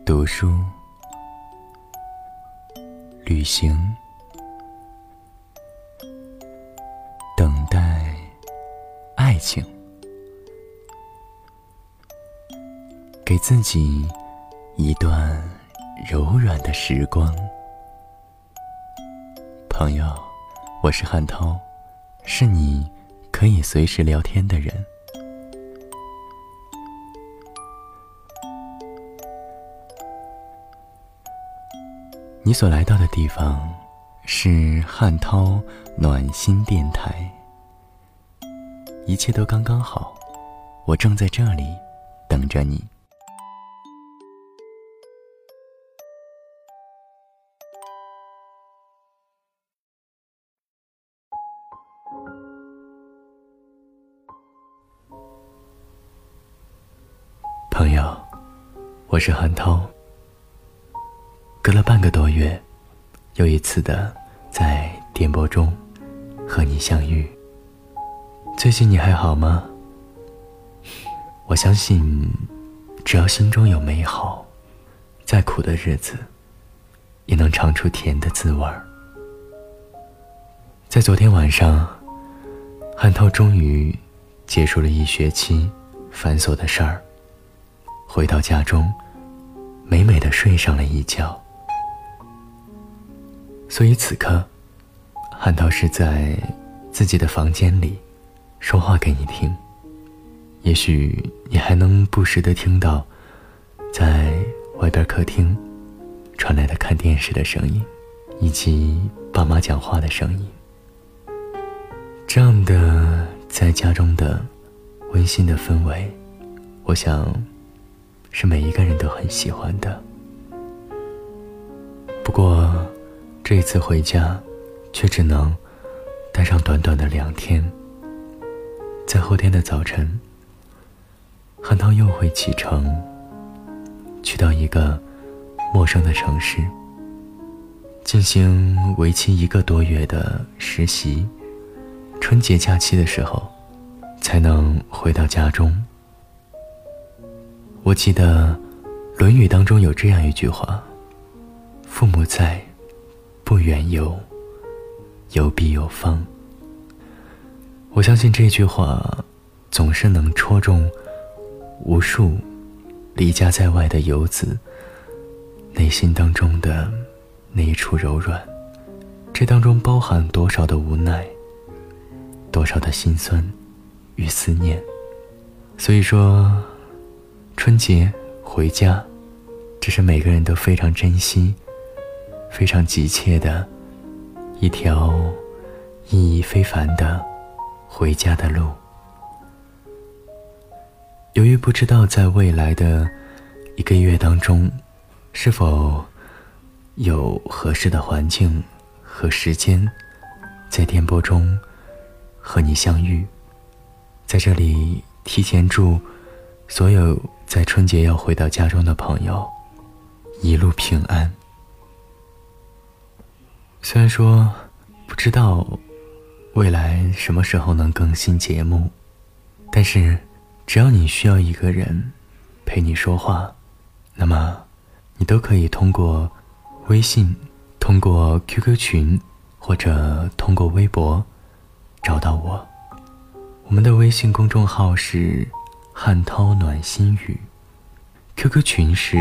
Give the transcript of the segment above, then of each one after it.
读书、旅行、等待爱情，给自己一段柔软的时光。朋友，我是汉涛，是你可以随时聊天的人。你所来到的地方是汉涛暖心电台，一切都刚刚好，我正在这里等着你。朋友，我是汉涛。隔了半个多月，又一次的在电波中和你相遇。最近你还好吗？我相信，只要心中有美好，再苦的日子也能尝出甜的滋味儿。在昨天晚上，汉涛终于结束了一学期繁琐的事儿，回到家中，美美的睡上了一觉。所以此刻，汉涛是在自己的房间里说话给你听。也许你还能不时地听到在外边客厅传来的看电视的声音，以及爸妈讲话的声音。这样的在家中的温馨的氛围，我想是每一个人都很喜欢的。不过这一次回家却只能待上短短的2天。在后天的早晨，汉涛又会启程，去到一个陌生的城市，进行为期1个多月的实习。春节假期的时候才能回到家中。我记得《论语》当中有这样一句话：父母在，不远游，游必有方。我相信这句话总是能戳中无数离家在外的游子内心当中的那一处柔软。这当中包含多少的无奈，多少的心酸与思念。所以说，春节回家，这是每个人都非常珍惜、非常急切的一条意义非凡的回家的路。由于不知道在未来的1个月当中是否有合适的环境和时间在电波中和你相遇，在这里提前祝所有在春节要回到家中的朋友一路平安。虽然说不知道未来什么时候能更新节目，但是只要你需要一个人陪你说话，那么你都可以通过微信，通过 QQ 群，或者通过微博找到我。我们的微信公众号是汉涛暖心语， QQ 群是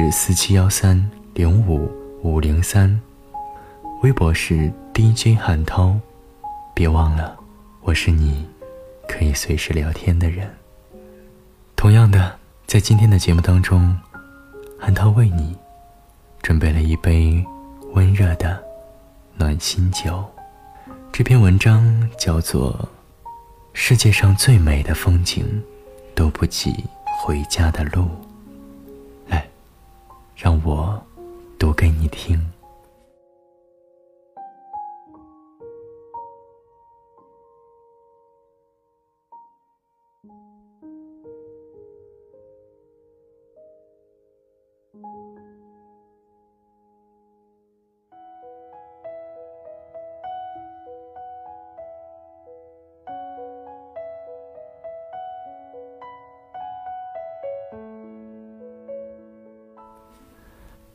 4713055503，微博是 DJ 汉涛。别忘了，我是你可以随时聊天的人。同样的，在今天的节目当中，汉涛为你准备了一杯温热的暖心酒。这篇文章叫做世界上最美的风景都不及回家的路。来，让我读给你听。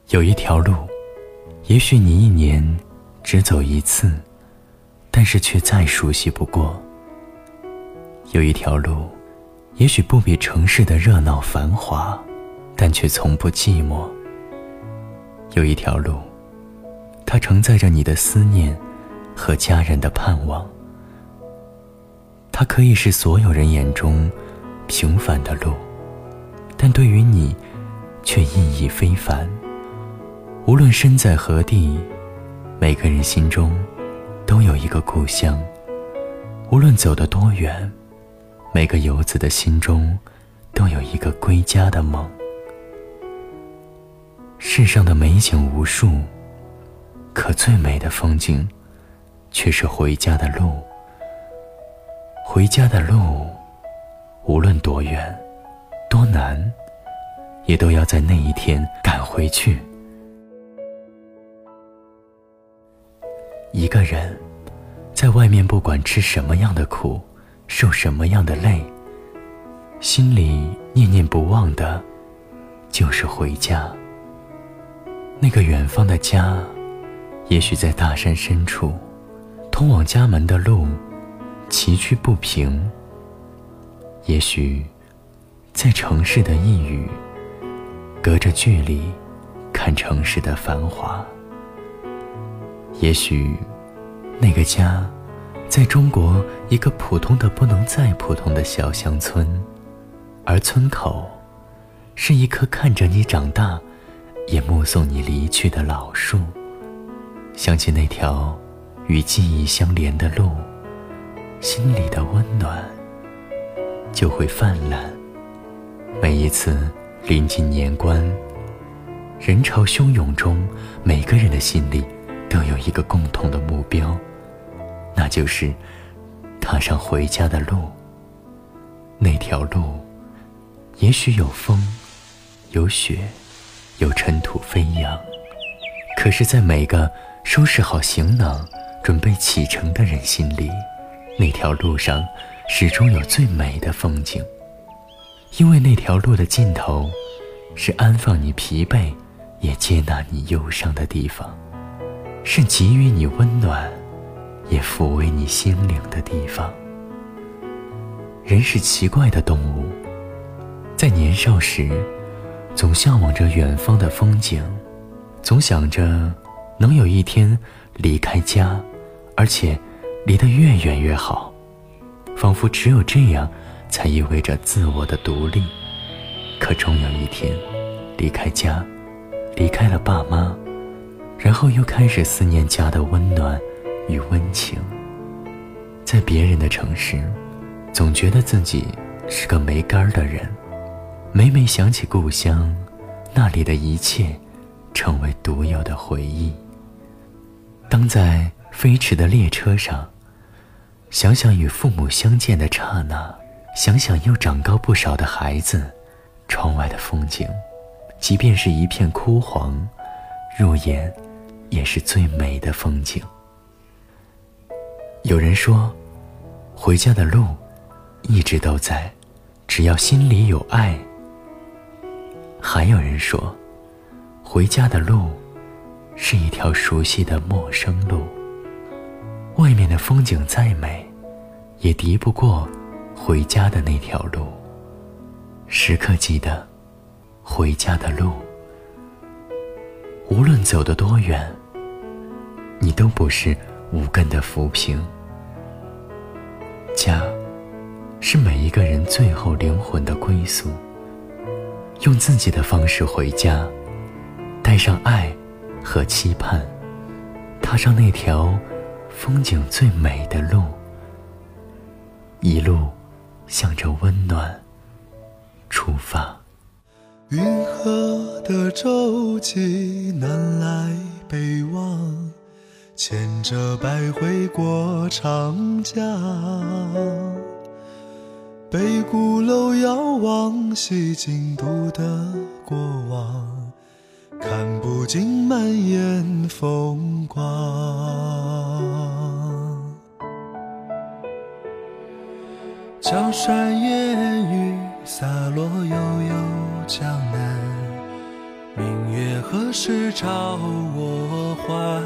有一条路，也许你一年只走一次，但是却再熟悉不过。有一条路，也许不比城市的热闹繁华，但却从不寂寞。有一条路，它承载着你的思念和家人的盼望。它可以是所有人眼中平凡的路，但对于你却意义非凡。无论身在何地，每个人心中都有一个故乡。无论走得多远，每个游子的心中都有一个归家的梦。世上的美景无数，可最美的风景却是回家的路。回家的路，无论多远多难，也都要在那一天赶回去。一个人在外面，不管吃什么样的苦，受什么样的累，心里念念不忘的就是回家。那个远方的家，也许在大山深处，通往家门的路崎岖不平，也许在城市的一隅，隔着距离看城市的繁华。也许那个家在中国一个普通的不能再普通的小乡村，而村口是一棵看着你长大也目送你离去的老树。想起那条与记忆相连的路，心里的温暖就会泛滥。每一次临近年关，人潮汹涌中，每个人的心里都有一个共同的目标，那就是踏上回家的路。那条路也许有风，有雪，有尘土飞扬，可是在每个收拾好行囊准备启程的人心里，那条路上始终有最美的风景。因为那条路的尽头是安放你疲惫也接纳你忧伤的地方，是给予你温暖也抚慰你心灵的地方。人是奇怪的动物，在年少时总向往着远方的风景，总想着能有一天离开家，而且离得越远越好，仿佛只有这样才意味着自我的独立。可终有一天离开家，离开了爸妈，然后又开始思念家的温暖与温情。在别人的城市，总觉得自己是个没杆的人，每每想起故乡，那里的一切成为独有的回忆。当在飞驰的列车上，想想与父母相见的刹那，想想又长高不少的孩子，窗外的风景，即便是一片枯黄，入眼也是最美的风景。有人说，回家的路一直都在，只要心里有爱。还有人说，回家的路是一条熟悉的陌生路，外面的风景再美，也敌不过回家的那条路。时刻记得回家的路，无论走得多远，你都不是无根的浮萍。家是每一个人最后灵魂的归宿，用自己的方式回家，带上爱和期盼，踏上那条风景最美的路，一路向着温暖出发。 云河的舟楫南来北往，牵着百回过长江。北鼓楼遥望西京都的过往，看不尽满眼风光。江山烟雨洒落悠悠江南，明月和何时找我还？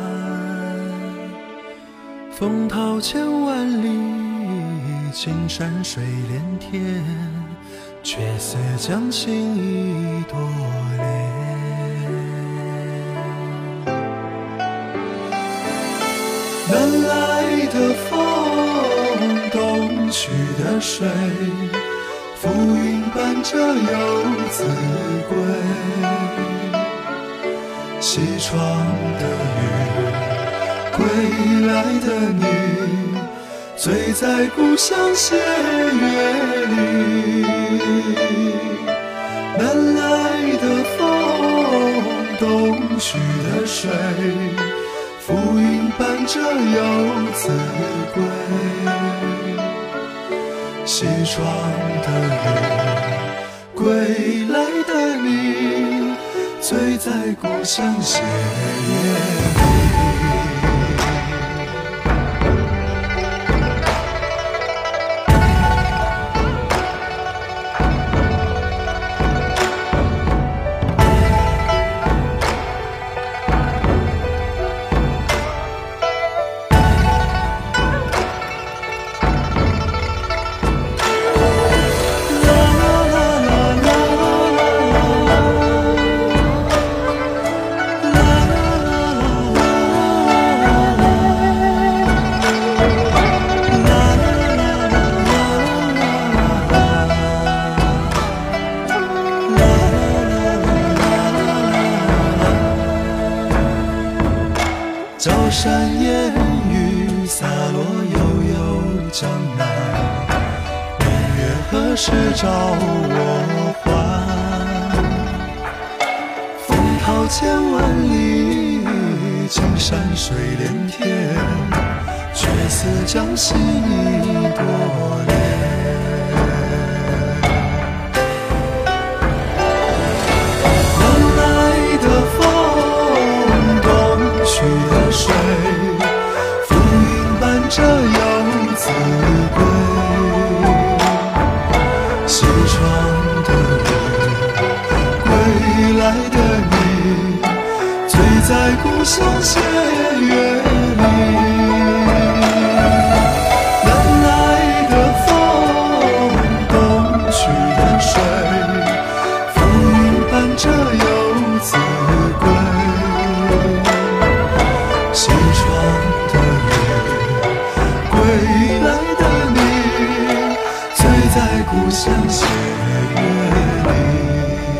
风涛千万里，青山水连天，却似将心意多恋。南来的风，东去的水，浮云伴着游子归。西窗的雨，归来的你，醉在故乡斜月里。南来的风，东去的水，浮云伴着游子归。西窗的雨，归来的你，醉在故乡斜月里。高山烟雨洒落悠悠江南，明月何时照我还？风涛千万里，青山水连天，却似将心意多恋。南来的风，东去的水，浮云伴着游子归。西窗的雨，归来的你，醉在故乡斜月里。南来的风，东去的水，浮云伴着游子归。西窗的雨，归来的你，醉在故乡斜月里。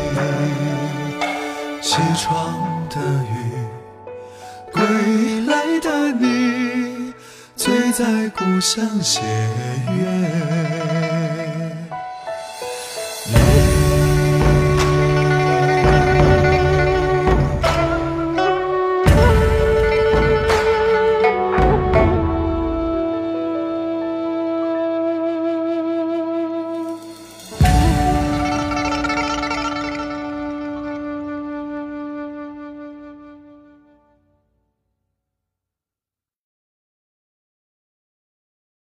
西窗的雨，归来的你，醉在故乡斜月里。